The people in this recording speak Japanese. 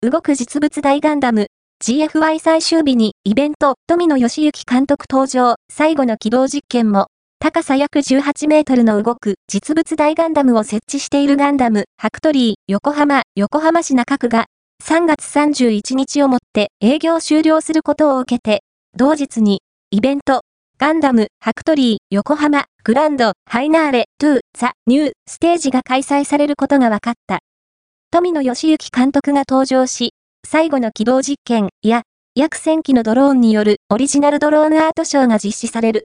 動く実物大ガンダム、GFY 最終日にイベント、富野義行監督登場、最後の起動実験も、高さ約18メートルの動く実物大ガンダムを設置しているガンダム、ファクトリー、横浜市中区が、3月31日をもって営業終了することを受けて、同日に、イベント、ガンダム、ファクトリー、横浜、グランド、ハイナーレ、トゥー、ザ、ニュー、ステージが開催されることが分かった。富野義行監督が登場し、最後の起動実験や、約1000機のドローンによるオリジナルドローンアートショーが実施される。